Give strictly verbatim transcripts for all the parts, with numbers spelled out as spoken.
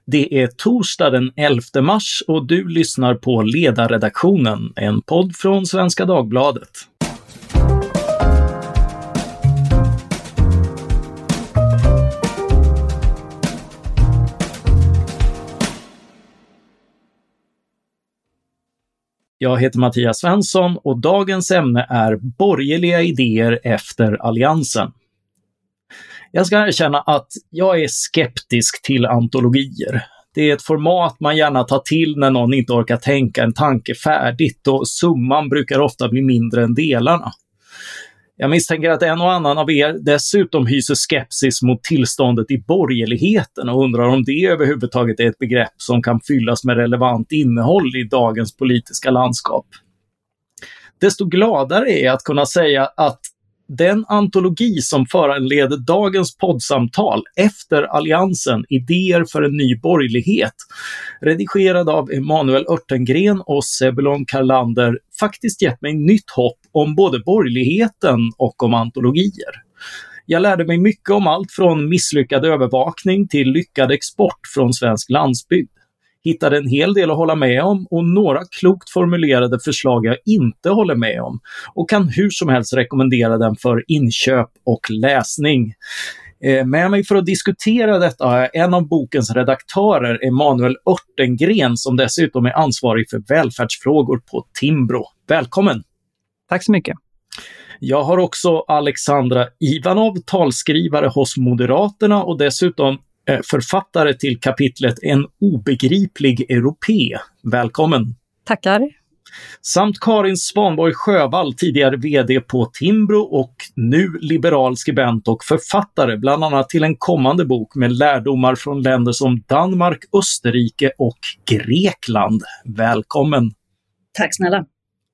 Det är torsdag den elfte mars och du lyssnar på Ledarredaktionen, en podd från Svenska Dagbladet. Jag heter Mattias Svensson och dagens ämne är borgerliga idéer efter alliansen. Jag ska erkänna att jag är skeptisk till antologier. Det är ett format man gärna tar till när någon inte orkar tänka en tanke färdigt och summan brukar ofta bli mindre än delarna. Jag misstänker att en och annan av er dessutom hyser skepsis mot tillståndet i borgerligheten och undrar om det överhuvudtaget är ett begrepp som kan fyllas med relevant innehåll i dagens politiska landskap. Desto gladare är jag att kunna säga att den antologi som föranleder dagens poddsamtal efter alliansen, idéer för en ny borgerlighet, redigerad av Emanuel Örtengren och Sebulon Karlander, faktiskt gett mig nytt hopp om både borgerligheten och om antologier. Jag lärde mig mycket om allt från misslyckad övervakning till lyckad export från svensk landsbygd. Hittade en hel del att hålla med om och några klokt formulerade förslag jag inte håller med om och kan hur som helst rekommendera den för inköp och läsning. Eh, med mig för att diskutera detta har jag en av bokens redaktörer, Emanuel Örtengren, som dessutom är ansvarig för välfärdsfrågor på Timbro. Välkommen! Tack så mycket. Jag har också Alexandra Ivanov, talskrivare hos Moderaterna och dessutom författare till kapitlet En obegriplig europé. Välkommen! Tackar! Samt Karin Svanborg Sjövall, tidigare vd på Timbro och nu liberal skribent och författare, bland annat till en kommande bok med lärdomar från länder som Danmark, Österrike och Grekland. Välkommen! Tack snälla!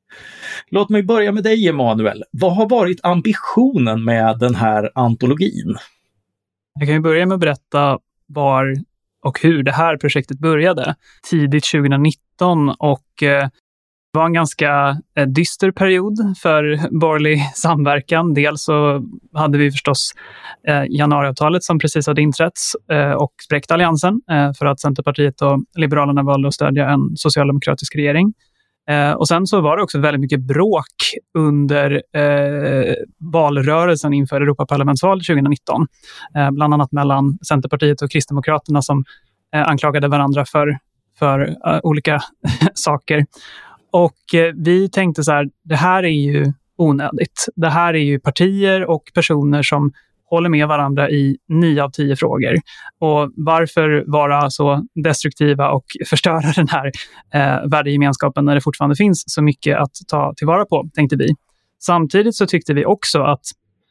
Låt mig börja med dig, Emanuel. Vad har varit ambitionen med den här antologin? Jag kan ju börja med att berätta var och hur det här projektet började. Tidigt tjugonitton och eh, var en ganska eh, dyster period för borgerlig samverkan. Dels så hade vi förstås eh, januariavtalet som precis hade inträtts eh, och spräckt alliansen eh, för att Centerpartiet och Liberalerna valde att stödja en socialdemokratisk regering. Eh, och sen så var det också väldigt mycket bråk under eh, valrörelsen inför Europaparlamentsvalet tjugonitton. Eh, bland annat mellan Centerpartiet och Kristdemokraterna som eh, anklagade varandra för, för uh, olika saker. Och eh, vi tänkte så här, det här är ju onödigt. Det här är ju partier och personer som håller med varandra i nio av tio frågor. Och varför vara så destruktiva och förstöra den här eh, värdegemenskapen när det fortfarande finns så mycket att ta tillvara på, tänkte vi. Samtidigt så tyckte vi också att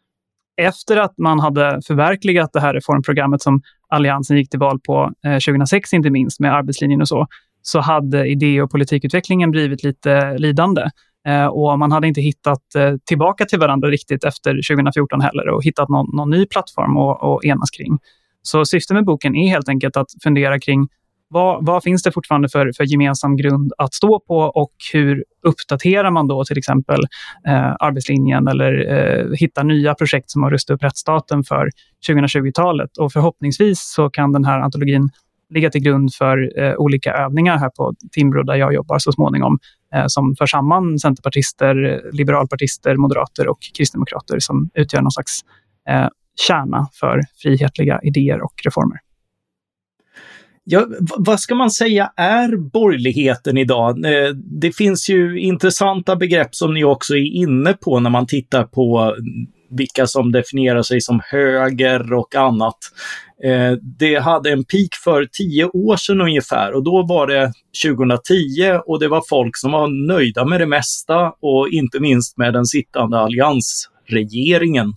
efter att man hade förverkligat det här reformprogrammet som Alliansen gick till val på eh, tjugohundrasex inte minst med arbetslinjen och så, så hade idé- och politikutvecklingen blivit lite lidande. Eh, och man hade inte hittat eh, tillbaka till varandra riktigt efter tjugohundrafjorton heller och hittat någon, någon ny plattform att, att enas kring. Så syftet med boken är helt enkelt att fundera kring vad, vad finns det fortfarande för, för gemensam grund att stå på och hur uppdaterar man då till exempel eh, arbetslinjen eller eh, hittar nya projekt som har rustat upp rättsstaten för tjugohundratjugotalet. Och förhoppningsvis så kan den här antologin ligga till grund för eh, olika övningar här på Timbro där jag jobbar så småningom eh, som för samman centerpartister, liberalpartister, moderater och kristdemokrater som utgör någon slags eh, kärna för frihetliga idéer och reformer. Ja, vad ska man säga är borgerligheten idag? Det finns ju intressanta begrepp som ni också är inne på när man tittar på vilka som definierar sig som höger och annat. Det hade en peak för tio år sedan ungefär och då var det tjugohundratio och det var folk som var nöjda med det mesta och inte minst med den sittande alliansregeringen.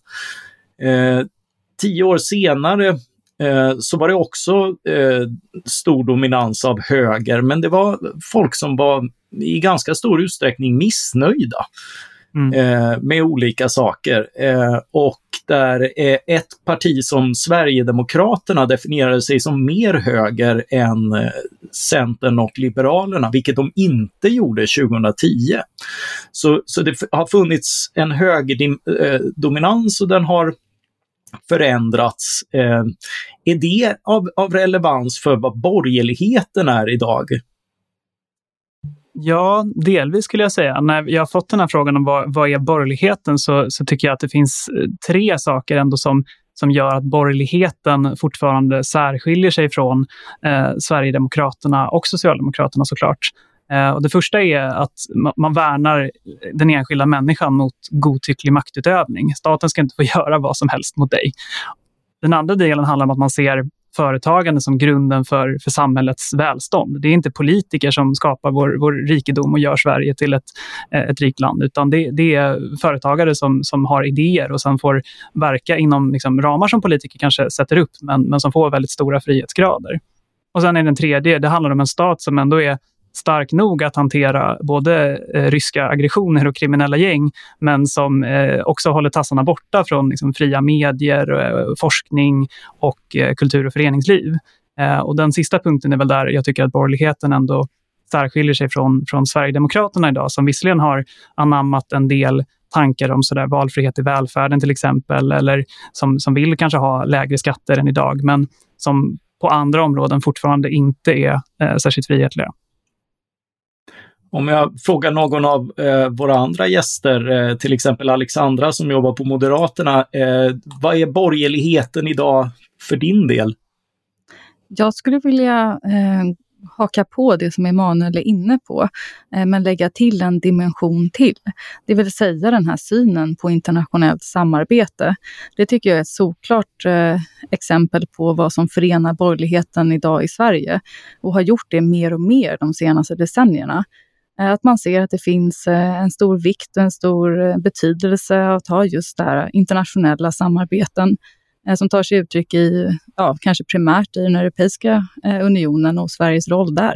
Tio år senare så var det också eh, stor dominans av höger, men det var folk som var i ganska stor utsträckning missnöjda mm. eh, med olika saker. Eh, och där eh, ett parti som Sverigedemokraterna definierade sig som mer höger än eh, Centern och Liberalerna, vilket de inte gjorde tjugohundratio. Så, så det har funnits en högerdominans eh, och den har förändrats. Eh, är det av, av relevans för vad borgerligheten är idag? Ja, delvis skulle jag säga. När jag har fått den här frågan om vad, vad är borgerligheten så, så tycker jag att det finns tre saker ändå som, som gör att borgerligheten fortfarande särskiljer sig från eh, Sverigedemokraterna och Socialdemokraterna såklart. Eh, och det första är att man, man värnar den enskilda människan mot godtycklig maktutövning. Staten ska inte få göra vad som helst mot dig. Den andra delen handlar om att man ser företagande som grunden för, för samhällets välstånd. Det är inte politiker som skapar vår, vår rikedom och gör Sverige till ett, ett rikt land, utan det, det är företagare som, som har idéer och som får verka inom liksom, ramar som politiker kanske sätter upp, men, men som får väldigt stora frihetsgrader. Och sen är den tredje, det handlar om en stat som ändå är stark nog att hantera både eh, ryska aggressioner och kriminella gäng, men som eh, också håller tassarna borta från liksom, fria medier, eh, forskning och eh, kultur- och föreningsliv. Eh, och den sista punkten är väl där jag tycker att borgerligheten ändå särskiljer sig från, från Sverigedemokraterna idag, som visserligen har anammat en del tankar om sådär valfrihet i välfärden till exempel, eller som, som vill kanske ha lägre skatter än idag, men som på andra områden fortfarande inte är eh, särskilt frihetliga. Om jag frågar någon av eh, våra andra gäster, eh, till exempel Alexandra som jobbar på Moderaterna, eh, vad är borgerligheten idag för din del? Jag skulle vilja eh, haka på det som Emanuel är inne på, eh, men lägga till en dimension till. Det vill säga den här synen på internationellt samarbete. Det tycker jag är ett såklart eh, exempel på vad som förenar borgerligheten idag i Sverige och har gjort det mer och mer de senaste decennierna. Att man ser att det finns en stor vikt och en stor betydelse att ha just det här internationella samarbeten som tar sig uttryck i, ja, kanske primärt i den Europeiska unionen och Sveriges roll där.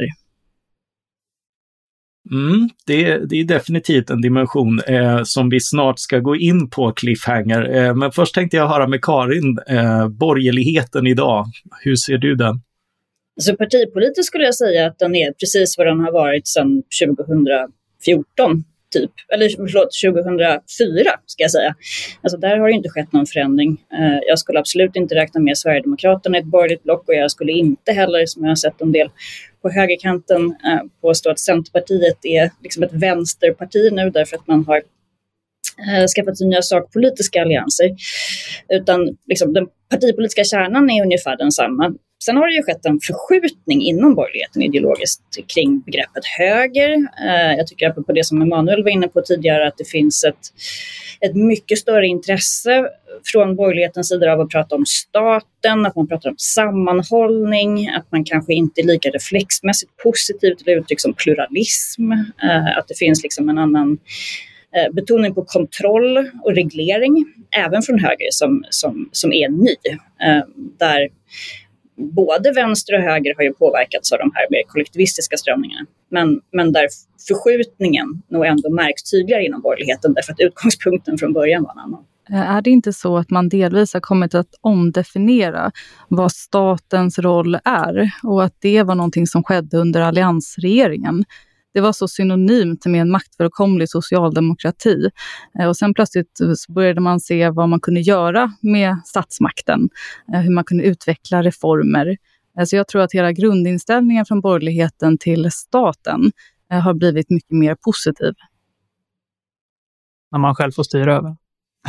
Mm, det, det är definitivt en dimension eh, som vi snart ska gå in på, cliffhanger. Eh, men först tänkte jag höra med Karin, eh, borgerligheten idag, hur ser du den? Så partipolitiskt skulle jag säga att den är precis vad den har varit sedan tjugohundrafjorton typ, eller förlåt, tjugohundrafyra ska jag säga. Alltså där har det inte skett någon förändring. Jag skulle absolut inte räkna med Sverigedemokraterna i ett borgerligt block och jag skulle inte heller, som jag har sett en del på högerkanten, påstå att Centerpartiet är liksom ett vänsterparti nu därför att man har skaffat sig nya sakpolitiska allianser. Utan liksom, den partipolitiska kärnan är ungefär densamma. Sen har det ju skett en förskjutning inom borgerligheten ideologiskt kring begreppet höger. Jag tycker på det som Emanuel var inne på tidigare att det finns ett, ett mycket större intresse från borgerlighetens sida av att prata om staten, att man pratar om sammanhållning, att man kanske inte är lika reflexmässigt positiv till uttryck som pluralism, att det finns liksom en annan betoning på kontroll och reglering, även från höger som, som, som är ny. Där både vänster och höger har ju påverkats av de här mer kollektivistiska strömningarna. Men, men där förskjutningen nog ändå märks tydligare inom borgerligheten därför att utgångspunkten från början var en annan. Är det inte så att man delvis har kommit att omdefiniera vad statens roll är och att det var någonting som skedde under alliansregeringen? Det var så synonymt med en maktfullkomlig socialdemokrati. Och sen plötsligt började man se vad man kunde göra med statsmakten. Hur man kunde utveckla reformer. Så jag tror att hela grundinställningen från borgerligheten till staten har blivit mycket mer positiv. När man själv får styra över.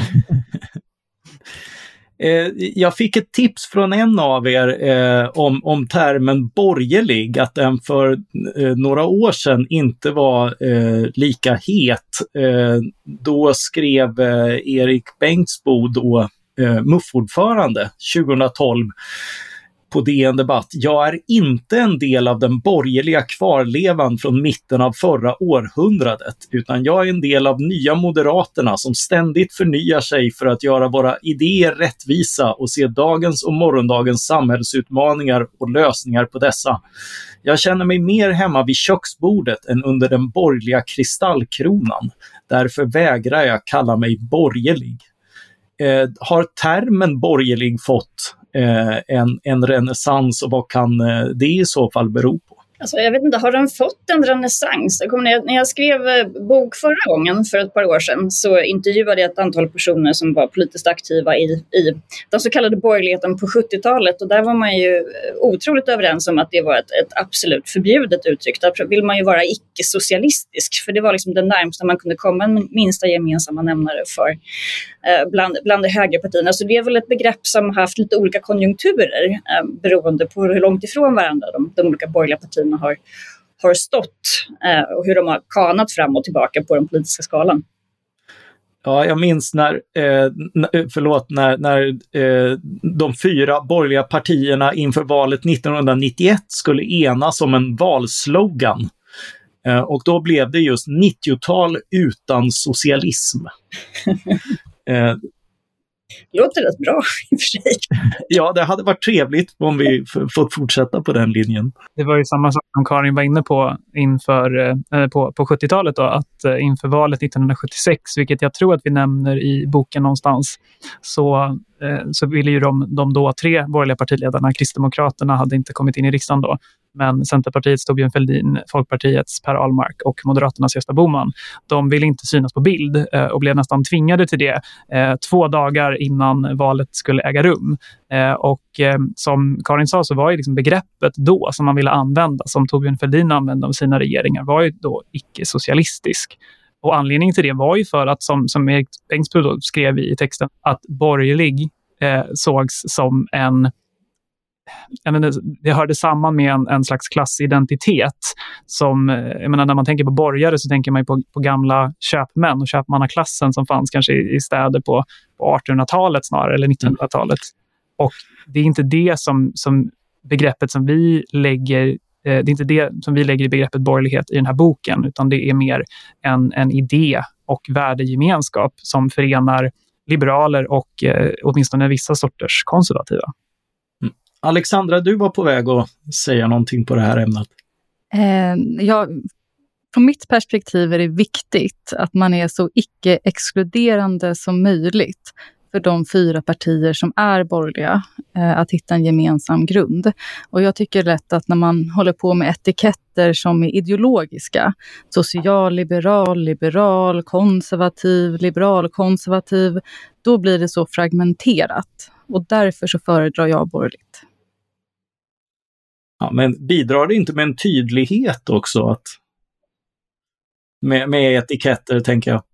Jag fick ett tips från en av er eh, om, om termen borgerlig, att den för eh, några år sedan inte var eh, lika het. Eh, då skrev eh, Erik Bengtsbo, då eh, M U F-ordförande tjugohundratolv på D N Debatt: jag är inte en del av den borgerliga kvarlevan från mitten av förra århundradet, utan jag är en del av nya Moderaterna som ständigt förnyar sig för att göra våra idéer rättvisa och se dagens och morgondagens samhällsutmaningar och lösningar på dessa. Jag känner mig mer hemma vid köksbordet än under den borgerliga kristallkronan. Därför vägrar jag kalla mig borgerlig. Eh, har termen borgerlig fått eh, en, en renässans och vad kan eh, det i så fall bero på? Alltså, jag vet inte, har den fått en renässans? Jag kommer, när, jag, när jag skrev bok förra gången, för ett par år sedan, så intervjuade jag ett antal personer som var politiskt aktiva i, i den så kallade borgerligheten på sjuttiotalet. Och där var man ju otroligt överens om att det var ett, ett absolut förbjudet uttryck. Där vill man ju vara icke-socialistisk, för det var liksom det närmsta man kunde komma en minsta gemensamma nämnare för eh, bland, bland de högerpartierna. Så det är väl ett begrepp som har haft lite olika konjunkturer eh, beroende på hur långt ifrån varandra de, de olika borgerliga partierna Har, har stått eh, och hur de har kanat fram och tillbaka på den politiska skalan. Ja, jag minns när, eh, förlåt, när, när eh, de fyra borgerliga partierna inför valet nittonhundranittioett skulle enas om en valslogan. Eh, och då blev det just nittiotal utan socialism. eh, Låter rätt bra i och för sig. Ja, det hade varit trevligt om vi f- fått fortsätta på den linjen. Det var ju samma sak som Karin var inne på inför, eh, på, på sjuttiotalet då, att eh, inför valet nittonhundrasjuttiosex, vilket jag tror att vi nämner i boken någonstans, så, eh, så ville ju de, de då tre borgerliga partiledarna, Kristdemokraterna hade inte kommit in i riksdagen då, men Centerpartiets Torbjörn Fälldin, Folkpartiets Per Ahlmark och Moderaternas Gösta Bohman, de ville inte synas på bild eh, och blev nästan tvingade till det eh, två dagar innan valet skulle äga rum. Eh, och eh, som Karin sa, så var ju liksom begreppet då som man ville använda, som Torbjörn Fälldin använde om sina regeringar, var ju då icke-socialistisk. Och anledningen till det var ju för att, som, som Erik Bengtsson skrev i texten, att borgerlig eh, sågs som en Jag menar, det hörde samman med en, en slags klassidentitet som, jag menar, när man tänker på borgare så tänker man ju på, på gamla köpmän och köpmannaklassen som fanns kanske i, i städer på, på artonhundratalet snarare, eller nittonhundratalet. Och det är inte det som, som begreppet som vi lägger eh, det är inte det som vi lägger i begreppet borgerlighet i den här boken, utan det är mer en, en idé och värdegemenskap som förenar liberaler och eh, åtminstone vissa sorters konservativa. Alexandra, du var på väg att säga någonting på det här ämnet. Eh, ja, från mitt perspektiv är det viktigt att man är så icke-exkluderande som möjligt för de fyra partier som är borgerliga, eh, att hitta en gemensam grund. Och jag tycker lätt att när man håller på med etiketter som är ideologiska, social, liberal, liberal, konservativ, liberal, konservativ, då blir det så fragmenterat. Och därför så föredrar jag borgerligt. Ja, men bidrar det inte med en tydlighet också att med, med etiketter, tänker jag?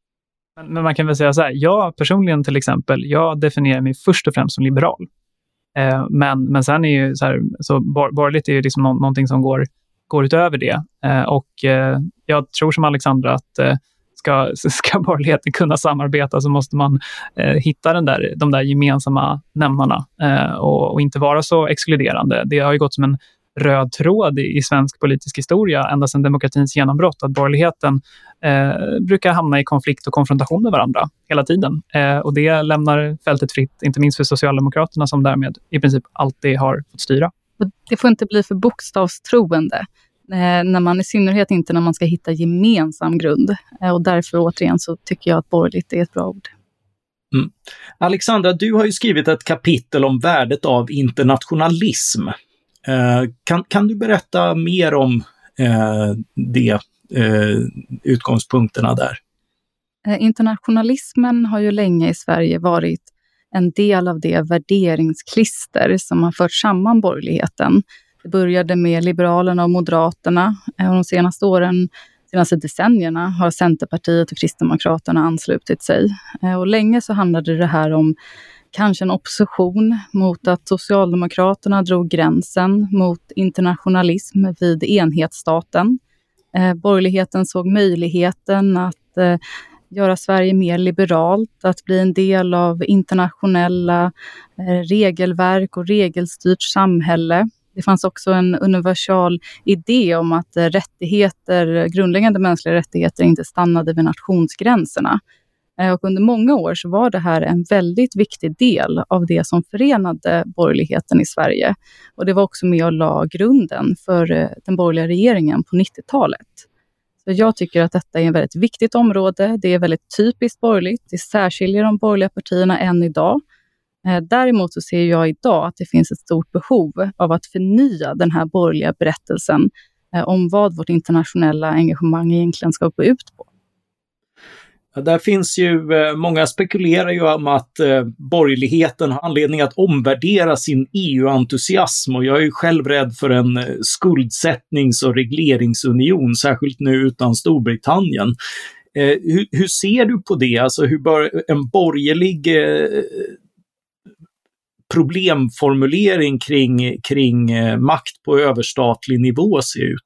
Men, men man kan väl säga så här, jag personligen till exempel, jag definierar mig först och främst som liberal. Eh, men, men sen är ju så här, så bor, borgerligt är ju liksom nå, någonting som går, går utöver det. Eh, och eh, jag tror som Alexandra att eh, Ska, ska borgerligheten kunna samarbeta så måste man eh, hitta den där, de där gemensamma nämnarna eh, och, och inte vara så exkluderande. Det har ju gått som en röd tråd i, i svensk politisk historia ända sedan demokratins genombrott att borgerligheten eh, brukar hamna i konflikt och konfrontation med varandra hela tiden. Eh, och det lämnar fältet fritt, inte minst för Socialdemokraterna som därmed i princip alltid har fått styra. Det får inte bli för bokstavstroende. När man i synnerhet inte när man ska hitta gemensam grund. Och därför återigen så tycker jag att borgerligt är ett bra ord. Mm. Alexandra, du har ju skrivit ett kapitel om värdet av internationalism. Eh, kan, kan du berätta mer om eh, det, eh, utgångspunkterna där? Eh, internationalismen har ju länge i Sverige varit en del av det värderingsklister som har fört samman borgerligheten. Det började med Liberalerna och Moderaterna och de senaste åren, senaste decennierna har Centerpartiet och Kristdemokraterna anslutit sig. Och länge så handlade det här om kanske en opposition mot att Socialdemokraterna drog gränsen mot internationalism vid enhetsstaten. Borgerligheten såg möjligheten att göra Sverige mer liberalt, att bli en del av internationella regelverk och regelstyrt samhälle. Det fanns också en universal idé om att rättigheter, grundläggande mänskliga rättigheter inte stannade vid nationsgränserna. Och under många år så var det här en väldigt viktig del av det som förenade borgerligheten i Sverige. Och det var också med och la grunden för den borgerliga regeringen på nittiotalet. Så jag tycker att detta är ett väldigt viktigt område. Det är väldigt typiskt borgerligt. Det särskiljer de borgerliga partierna än idag. Däremot så ser jag idag att det finns ett stort behov av att förnya den här borgerliga berättelsen om vad vårt internationella engagemang egentligen ska gå ut på. Ja, där finns ju, många spekulerar ju om att eh, borgerligheten har anledning att omvärdera sin E U-entusiasm, och jag är ju själv rädd för en skuldsättnings- och regleringsunion, särskilt nu utan Storbritannien. Eh, hur, hur ser du på det? Alltså hur bör en borgerlig eh, problemformulering kring, kring eh, makt på överstatlig nivå se ut?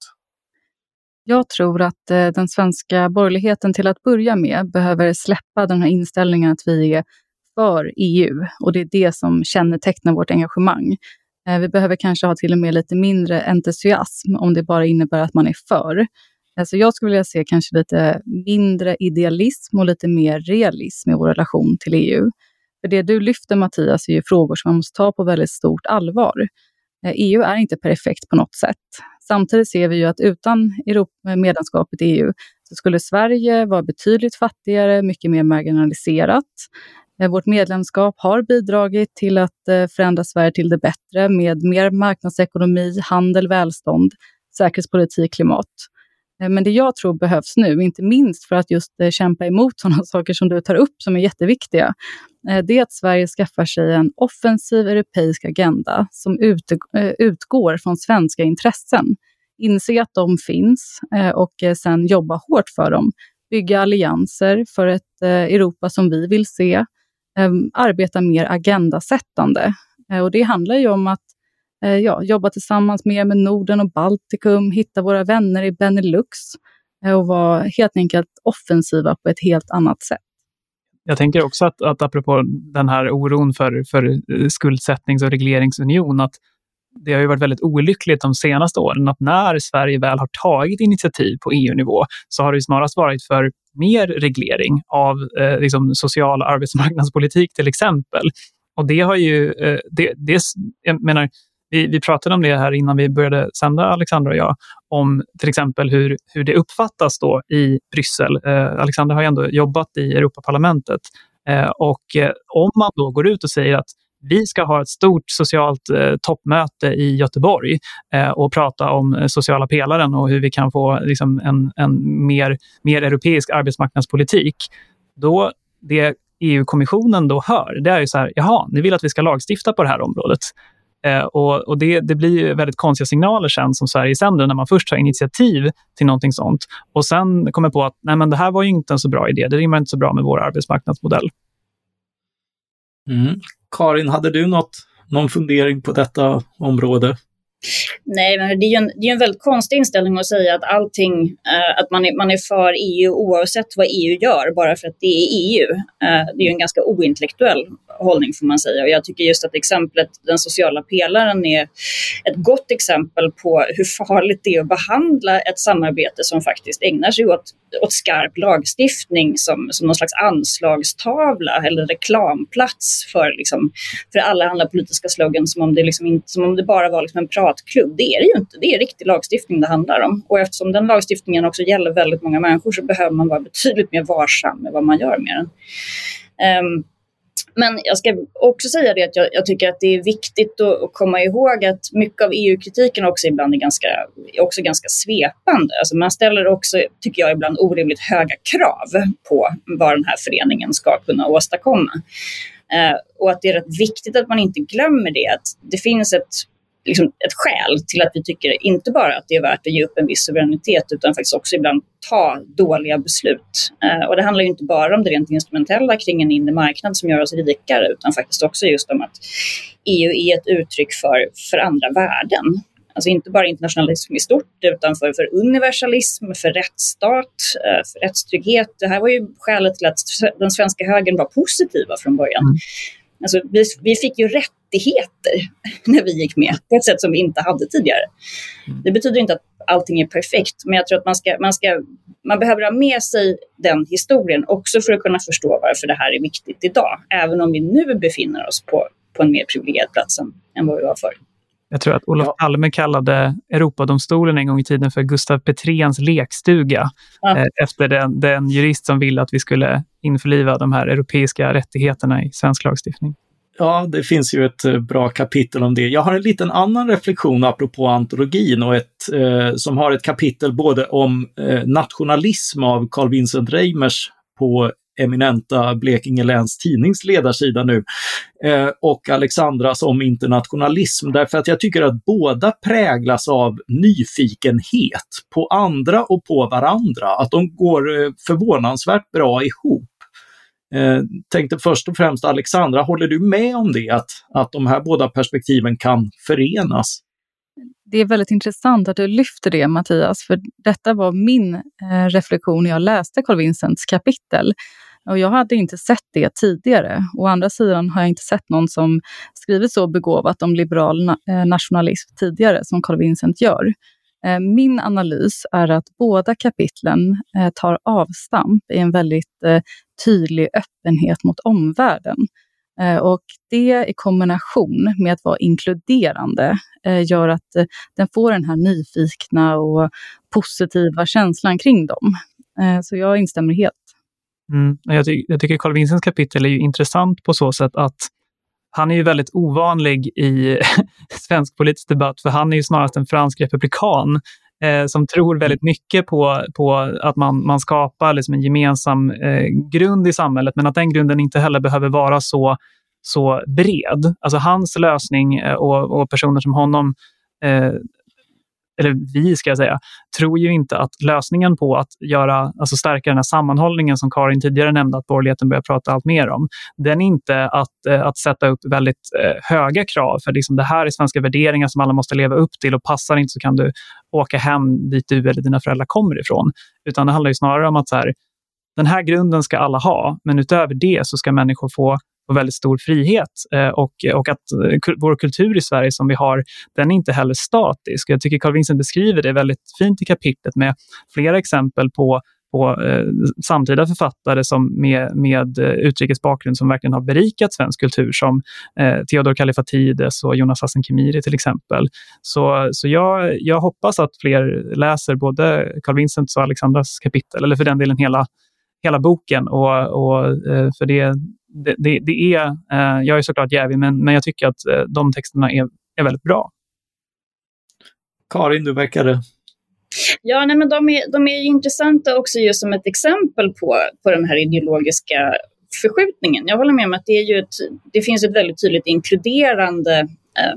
Jag tror att eh, den svenska borgerligheten till att börja med behöver släppa den här inställningen att vi är för E U, och det är det som kännetecknar vårt engagemang. Eh, vi behöver kanske ha till och med lite mindre entusiasm om det bara innebär att man är för. Eh, så jag skulle vilja se kanske lite mindre idealism och lite mer realism i vår relation till E U. För det du lyfter, Mattias, är ju frågor som man måste ta på väldigt stort allvar. Eh, E U är inte perfekt på något sätt. Samtidigt ser vi ju att utan Europa, medlemskapet i E U så skulle Sverige vara betydligt fattigare, mycket mer marginaliserat. Vårt medlemskap har bidragit till att förändra Sverige till det bättre med mer marknadsekonomi, handel, välstånd, säkerhetspolitik, klimat. Men det jag tror behövs nu, inte minst för att just kämpa emot sådana saker som du tar upp som är jätteviktiga, det är att Sverige skaffar sig en offensiv europeisk agenda som utgår från svenska intressen. Inse att de finns och sen jobba hårt för dem. Bygga allianser för ett Europa som vi vill se. Arbeta mer agendasättande. Och det handlar ju om att ja, jobba tillsammans mer med Norden och Baltikum, hitta våra vänner i Benelux och vara helt enkelt offensiva på ett helt annat sätt. Jag tänker också att, att apropå den här oron för, för skuldsättnings- och regleringsunion, att det har ju varit väldigt olyckligt de senaste åren att när Sverige väl har tagit initiativ på E U-nivå så har det ju snarast varit för mer reglering av eh, liksom social arbetsmarknadspolitik till exempel. Och det har ju, eh, det, det, jag menar, vi, vi pratade om det här innan vi började sända, Alexandra och jag, om till exempel hur, hur det uppfattas då i Bryssel. Eh, Alexandra har ju ändå jobbat i Europaparlamentet eh, och eh, om man då går ut och säger att vi ska ha ett stort socialt eh, toppmöte i Göteborg eh, och prata om eh, sociala pelaren och hur vi kan få liksom, en, en mer, mer europeisk arbetsmarknadspolitik. Då det E U-kommissionen då hör, det är ju så här, jaha, ni vill att vi ska lagstifta på det här området. Eh, och och det, det blir ju väldigt konstiga signaler sen som Sverige sänder när man först tar initiativ till någonting sånt och sen kommer på att nej, men det här var ju inte en så bra idé, det rimmar inte så bra med vår arbetsmarknadsmodell. Mm. Karin, hade du något, någon fundering på detta område? Nej, men det är ju en, det är en väldigt konstig inställning att säga att allting, eh, att man är, man är för E U oavsett vad E U gör, bara för att det är E U. Eh, det är ju en ganska ointellektuell hållning får man säga. Och jag tycker just att exemplet, den sociala pelaren, är ett gott exempel på hur farligt det är att behandla ett samarbete som faktiskt ägnar sig åt, åt skarp lagstiftning som, som någon slags anslagstavla eller reklamplats för, liksom, för alla andra politiska slogans som om det, liksom inte, som om det bara var liksom en pratklubb. Det är det ju inte. Det är riktig lagstiftning det handlar om. Och eftersom den lagstiftningen också gäller väldigt många människor så behöver man vara betydligt mer varsam med vad man gör med den. Um, Men jag ska också säga det att jag, jag tycker att det är viktigt att, att komma ihåg att mycket av E U-kritiken också ibland är ganska, också ganska svepande. Alltså man ställer också, tycker jag, ibland orimligt höga krav på vad den här föreningen ska kunna åstadkomma. Eh, och att det är rätt viktigt att man inte glömmer det, att det finns ett liksom ett skäl till att vi tycker inte bara att det är värt att ge upp en viss suveränitet utan faktiskt också ibland ta dåliga beslut. Eh, och det handlar ju inte bara om det rent instrumentella kring en inre marknad som gör oss rikare utan faktiskt också just om att E U är ett uttryck för, för andra värden. Alltså inte bara internationalism i stort utan för, för universalism, för rättsstat, eh, för rättstrygghet. Det här var ju skälet till att den svenska högern var positiva från början. Mm. Alltså, vi, vi fick ju rättigheter när vi gick med på ett sätt som vi inte hade tidigare. Mm. Det betyder inte att allting är perfekt, men jag tror att man, ska, man, ska, man behöver ha med sig den historien också för att kunna förstå varför det här är viktigt idag. Även om vi nu befinner oss på, på en mer privilegierad plats än, än vad vi var förr. Jag tror att Olof ja. Palme kallade Europadomstolen en gång i tiden för Gustav Petréns lekstuga. Ja. Eh, efter den, den jurist som ville att vi skulle införliva de här europeiska rättigheterna i svensk lagstiftning. Ja, det finns ju ett bra kapitel om det. Jag har en liten annan reflektion apropå antologin och ett, eh, som har ett kapitel både om eh, nationalism av Carl Vincent Reimers på eminenta Blekinge läns tidnings ledarsida nu eh, och Alexandras om internationalism, därför att jag tycker att båda präglas av nyfikenhet på andra och på varandra, att de går eh, förvånansvärt bra ihop. Eh, tänkte först och främst Alexandra, håller du med om det, att, att de här båda perspektiven kan förenas? Det är väldigt intressant att du lyfter det, Mattias, för detta var min eh, reflektion när jag läste Carl Vincents kapitel. Och jag hade inte sett det tidigare. Å andra sidan har jag inte sett någon som skrivit så begåvat om liberal na- eh, nationalism tidigare som Carl Vincent gör. Eh, min analys är att båda kapitlen eh, tar avstamp i en väldigt eh, tydlig öppenhet mot omvärlden. Eh, och det i kombination med att vara inkluderande eh, gör att eh, den får den här nyfikna och positiva känslan kring dem. Eh, så jag instämmer helt. Mm, jag, ty- jag tycker Carl Vincents kapitel är ju intressant på så sätt att han är ju väldigt ovanlig i svensk politisk debatt, för han är ju snarast en fransk republikan eh, som tror väldigt mycket på, på att man, man skapar liksom en gemensam eh, grund i samhället, men att den grunden inte heller behöver vara så, så bred. Alltså hans lösning eh, och, och personer som honom eh, eller vi ska jag säga, tror ju inte att lösningen på att göra, alltså stärka den här sammanhållningen som Karin tidigare nämnde att borgerligheten börjar prata allt mer om, den är inte att, att sätta upp väldigt eh, höga krav, för liksom det här är svenska värderingar som alla måste leva upp till, och passar inte så kan du åka hem dit du eller dina föräldrar kommer ifrån. Utan det handlar ju snarare om att så här, den här grunden ska alla ha, men utöver det så ska människor få och väldigt stor frihet eh, och, och att eh, vår kultur i Sverige som vi har, den är inte heller statisk. Jag tycker Carl Vincent beskriver det väldigt fint i kapitlet med flera exempel på, på eh, samtida författare som med, med utrikes bakgrund som verkligen har berikat svensk kultur, som eh, Theodor Kallifatides och Jonas Hassan Khemiri till exempel. Så, så jag, jag hoppas att fler läser både Carl Vincents och Alexandras kapitel, eller för den delen hela hela boken, och, och för det, det, det, det är, jag är såklart jävig, men, men jag tycker att de texterna är, är väldigt bra. Karin, du verkade... Ja, nej, men de är, de är intressanta också just som ett exempel på, på den här ideologiska förskjutningen. Jag håller med om att det, är ju ett, det finns ett väldigt tydligt inkluderande eh,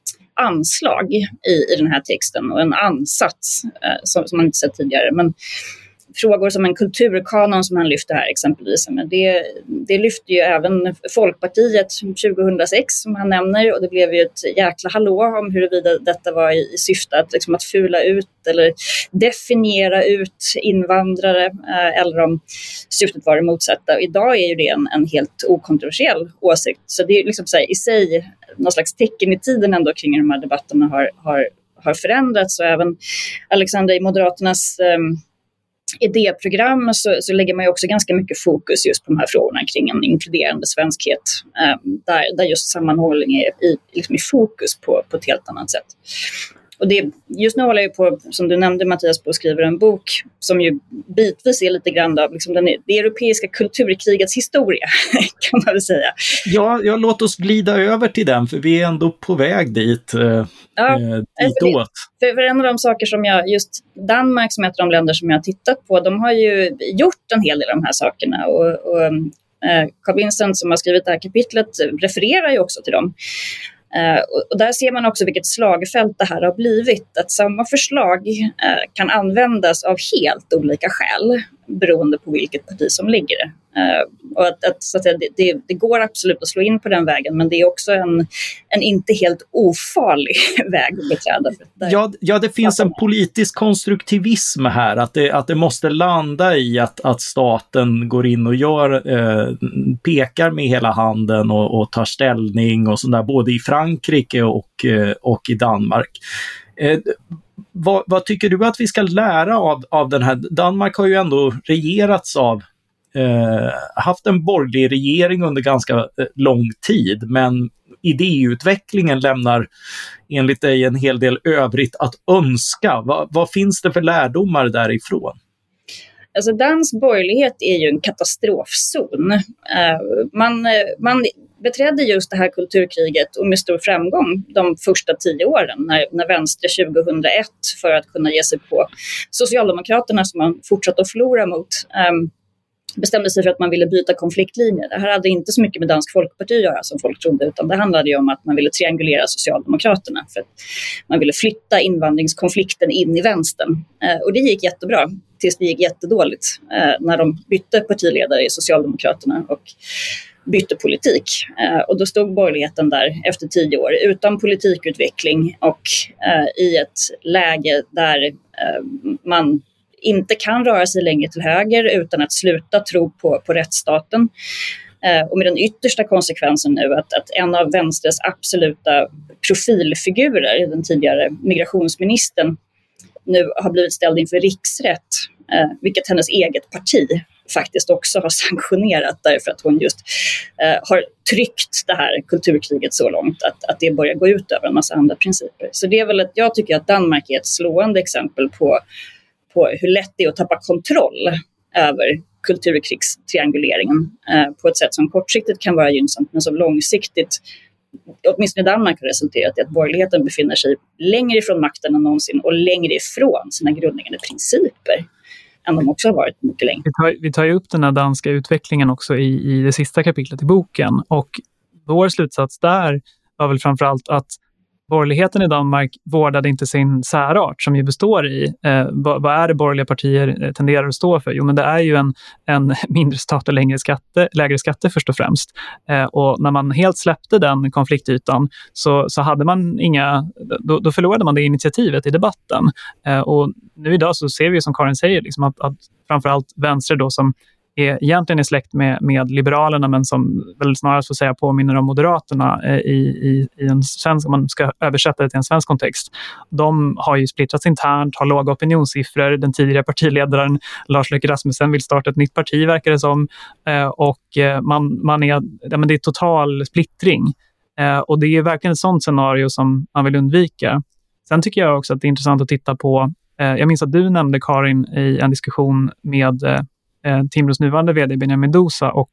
anslag i, i den här texten, och en ansats eh, som, som man inte sett tidigare, men frågor som en kulturkanon som han lyfter här exempelvis. Men det, det lyfter ju även Folkpartiet tjugohundrasex som han nämner, och det blev ju ett jäkla hallå om huruvida detta var i, i syfte att, liksom, att fula ut eller definiera ut invandrare eh, eller om syftet var det motsatta. Idag är ju det en, en helt okontroversiell åsikt. Så det är liksom så här, i sig någon slags tecken i tiden ändå kring hur de här debatterna har, har, har förändrats. Och även Alexandra i Moderaternas eh, idéprogram så, så lägger man ju också ganska mycket fokus just på de här frågorna kring en inkluderande svenskhet, eh, där, där just sammanhållning är i, liksom i fokus på, på ett helt annat sätt. Och det, just nu håller jag på, som du nämnde Mattias, på att skriva en bok som ju bitvis är lite grann av liksom den, det europeiska kulturkrigets historia, kan man väl säga. Ja, ja, låt oss glida över till den, för vi är ändå på väg dit, eh, ja, ditåt. För, för en av de saker som jag, just Danmark som är ett av de länder som jag har tittat på, de har ju gjort en hel del av de här sakerna, och, och eh, Carl Vincent som har skrivit det här kapitlet refererar ju också till dem. Uh, och där ser man också vilket slagfält det här har blivit, att samma förslag uh, kan användas av helt olika skäl beroende på vilket parti som ligger det. Uh, och att, att, så att det, det, det går absolut att slå in på den vägen, men det är också en, en inte helt ofarlig väg att beträda. Ja, ja, det finns en politisk konstruktivism här, att det, att det måste landa i att, att staten går in och gör, eh, pekar med hela handen och, och tar ställning och sådär, både i Frankrike och, eh, och i Danmark. Eh, vad, vad tycker du att vi ska lära av, av den här? Danmark har ju ändå regerats av Eh, haft en borgerlig regering under ganska eh, lång tid, men idéutvecklingen lämnar enligt dig en hel del övrigt att önska. Va, vad finns det för lärdomar därifrån? Alltså, dansk borgerlighet är ju en katastrofzon. Uh, man, man beträdde just det här kulturkriget och med stor framgång de första tio åren när, när vänster tjugohundraett för att kunna ge sig på Socialdemokraterna som man fortsatte att förlora mot um, bestämde sig för att man ville byta konfliktlinjer. Det här hade inte så mycket med Dansk Folkeparti att göra som folk trodde, utan det handlade ju om att man ville triangulera Socialdemokraterna för att man ville flytta invandringskonflikten in i vänstern. Eh, och det gick jättebra tills det gick jättedåligt eh, när de bytte partiledare i Socialdemokraterna och bytte politik. Eh, och då stod borgerligheten där efter tio år utan politikutveckling och eh, i ett läge där eh, man inte kan röra sig längre till höger utan att sluta tro på, på rättsstaten. Eh, och med den yttersta konsekvensen nu att, att en av vänsters absoluta profilfigurer, den tidigare migrationsministern, nu har blivit ställd inför riksrätt, eh, vilket hennes eget parti faktiskt också har sanktionerat därför att hon just eh, har tryckt det här kulturkriget så långt att, att det börjar gå ut över en massa andra principer. Så det är väl att jag tycker att Danmark är ett slående exempel på på hur lätt det är att tappa kontroll över kulturkrigstrianguleringen eh, på ett sätt som kortsiktigt kan vara gynnsamt men som långsiktigt, åtminstone i Danmark, har resulterat i att borgerligheten befinner sig längre ifrån makten än någonsin och längre ifrån sina grundläggande principer än de också har varit mycket länge. Vi tar, vi tar ju upp den här danska utvecklingen också i, i det sista kapitlet i boken, och vår slutsats där var väl framförallt att borgerligheten i Danmark vårdade inte sin särart som ju består i eh, vad, vad är det borgerliga partier eh, tenderar att stå för? Jo, men det är ju en, en mindre stat och längre skatte, lägre skatter först och främst. Eh, och när man helt släppte den konfliktytan så, så hade man inga, då, då förlorade man det initiativet i debatten. Eh, och nu idag så ser vi, som Karin säger, liksom att, att framförallt vänster då som är egentligen är släkt med, med Liberalerna men som väl snarast får säga påminner om Moderaterna eh, i, i, i en svensk, om man ska översätta det till en svensk kontext. De har ju splittrats internt, har låga opinionssiffror. Den tidigare partiledaren Lars Løkke Rasmussen vill starta ett nytt parti, verkar det som. Eh, och eh, man, man är, ja, men det är total splittring. Eh, och det är verkligen ett sånt scenario som man vill undvika. Sen tycker jag också att det är intressant att titta på, eh, jag minns att du nämnde, Karin, i en diskussion med eh, Timbros nuvarande vd Benjamin Dosa och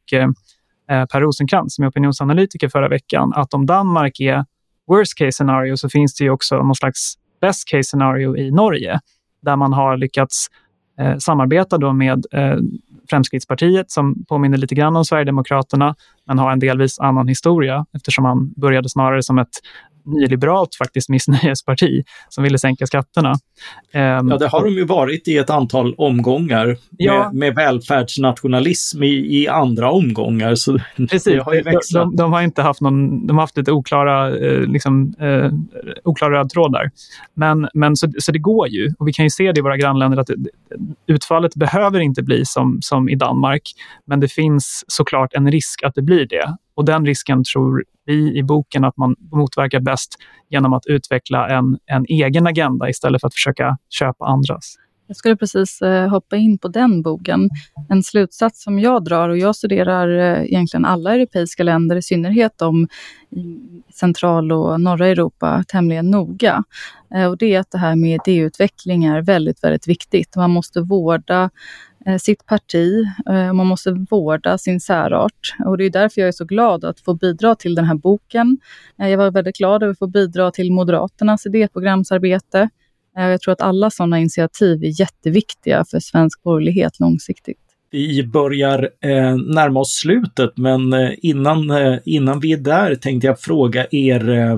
eh, Per Rosenkrantz som är opinionsanalytiker förra veckan, att om Danmark är worst case scenario så finns det ju också någon slags best case scenario i Norge där man har lyckats eh, samarbeta då med eh, Fremskrittspartiet som påminner lite grann om Sverigedemokraterna men har en delvis annan historia eftersom man började snarare som ett nyliberalt faktiskt missnöjesparti som ville sänka skatterna. Um, ja, det har de ju varit i ett antal omgångar ja, med, med välfärdsnationalism i, i andra omgångar. Så precis, det har ju de, de, de har inte haft någon, de har haft lite oklara, eh, liksom, eh, oklara röd tråd där. Men, men så, så det går ju, och vi kan ju se det i våra grannländer att utfallet behöver inte bli som, som i Danmark, men det finns såklart en risk att det blir det. Och den risken tror vi i boken att man motverkar bäst genom att utveckla en, en egen agenda istället för att försöka köpa andras. Jag skulle precis eh, hoppa in på den boken. En slutsats som jag drar, och jag studerar eh, egentligen alla europeiska länder, i synnerhet om i central- och norra Europa, tämligen noga. Eh, och det är att det här med idéutveckling är väldigt, väldigt viktigt. Man måste vårda eh, sitt parti, eh, man måste vårda sin särart. Och det är därför jag är så glad att få bidra till den här boken. Eh, jag var väldigt glad över att få bidra till Moderaternas idéprogramsarbete. Jag tror att alla sådana initiativ är jätteviktiga för svensk borgerlighet långsiktigt. Vi börjar eh, närma oss slutet, men eh, innan, eh, innan vi är där tänkte jag fråga er, eh,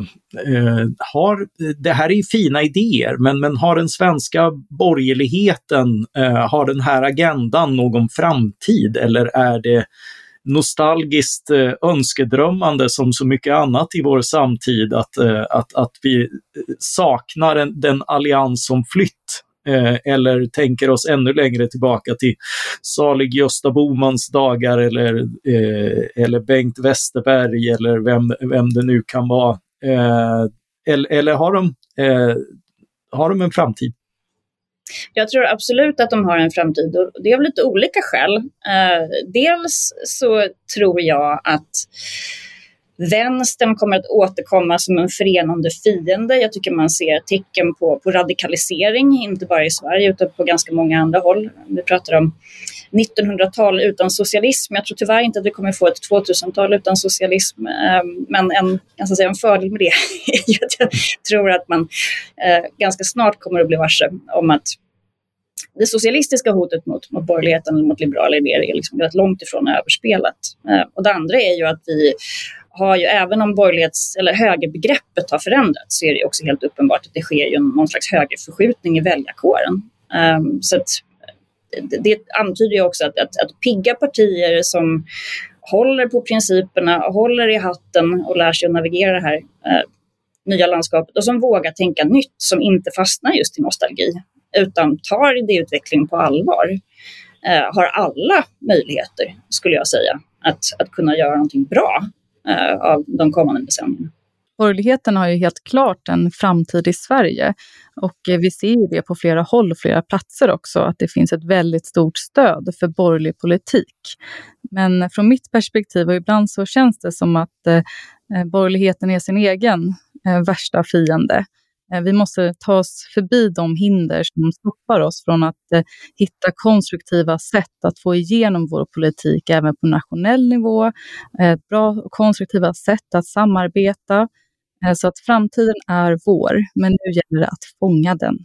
har, det här är ju fina idéer, men, men har den svenska borgerligheten, eh, har den här agendan någon framtid, eller är det nostalgiskt eh, önskedrömmande som så mycket annat i vår samtid att, eh, att, att vi saknar en, den allians som flytt eh, eller tänker oss ännu längre tillbaka till salig Gösta Bohmans dagar eller, eh, eller Bengt Westerberg eller vem, vem det nu kan vara. Eh, eller, eller har de, eh, har de en framtid? Jag tror absolut att de har en framtid, och det är av lite olika skäl. Eh, dels så tror jag att Vänstern kommer att återkomma som en förenande fiende. Jag tycker man ser tecken på, på radikalisering, inte bara i Sverige utan på ganska många andra håll. Vi pratar om nittonhundratal utan socialism. Jag tror tyvärr inte att vi kommer få ett tvåtusental utan socialism. Men en, jag ska säga, en fördel med det är ju att jag tror att man ganska snart kommer att bli varse om att det socialistiska hotet mot, mot borgerligheten eller mot liberala idéer är liksom rätt långt ifrån överspelat. Och det andra är ju att vi har ju, även om borgerlighets- eller högerbegreppet har förändrats, så är det också helt uppenbart att det sker ju någon slags högerförskjutning i väljarkåren. Um, så att det, det antyder ju också att, att, att pigga partier som håller på principerna, håller i hatten och lär sig att navigera det här uh, nya landskapet och som vågar tänka nytt, som inte fastnar just i nostalgi utan tar idéutveckling på allvar, uh, har alla möjligheter, skulle jag säga, att, att kunna göra någonting bra av de kommande decennierna. Borgerligheten har ju helt klart en framtid i Sverige och vi ser ju det på flera håll och flera platser också, att det finns ett väldigt stort stöd för borgerlig politik. Men från mitt perspektiv, och ibland så känns det som att eh, borgerligheten är sin egen eh, värsta fiende. Vi måste ta oss förbi de hinder som stoppar oss från att eh, hitta konstruktiva sätt att få igenom vår politik även på nationell nivå. Eh, bra och konstruktiva sätt att samarbeta eh, så att framtiden är vår. Men nu gäller det att fånga den.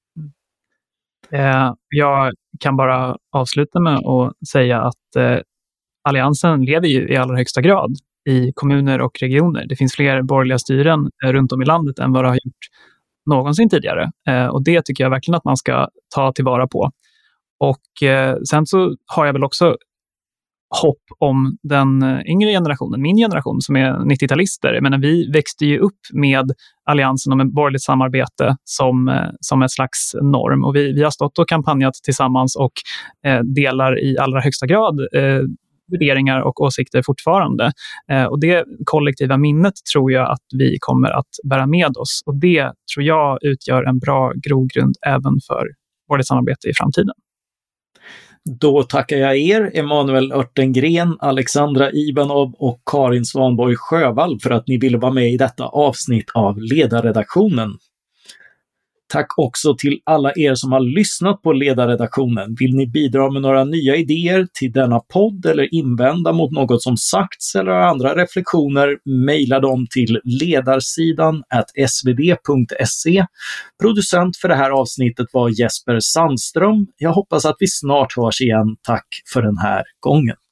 Eh, jag kan bara avsluta med att säga att eh, Alliansen leder ju i allra högsta grad i kommuner och regioner. Det finns fler borgerliga styren eh, runt om i landet än vad det har gjort någonsin tidigare. Eh, och det tycker jag verkligen att man ska ta tillvara på. Och eh, sen så har jag väl också hopp om den yngre generationen, min generation som är nittio-talister. Jag menar, vi växte ju upp med Alliansen om ett borgerligt samarbete som, som ett slags norm. Och vi, vi har stått och kampanjat tillsammans och eh, delar i allra högsta grad eh, värderingar och åsikter fortfarande. Eh, och det kollektiva minnet tror jag att vi kommer att bära med oss. Och det tror jag utgör en bra grogrund även för borgerligt samarbete i framtiden. Då tackar jag er, Emanuel Örtengren, Alexandra Ivanov och Karin Svanborg Sjövall för att ni ville vara med i detta avsnitt av Ledarredaktionen. Tack också till alla er som har lyssnat på Ledarredaktionen. Vill ni bidra med några nya idéer till denna podd eller invända mot något som sagts eller andra reflektioner, mejla dem till ledarsidan at s v d punkt se. Producent för det här avsnittet var Jesper Sandström. Jag hoppas att vi snart hörs igen. Tack för den här gången.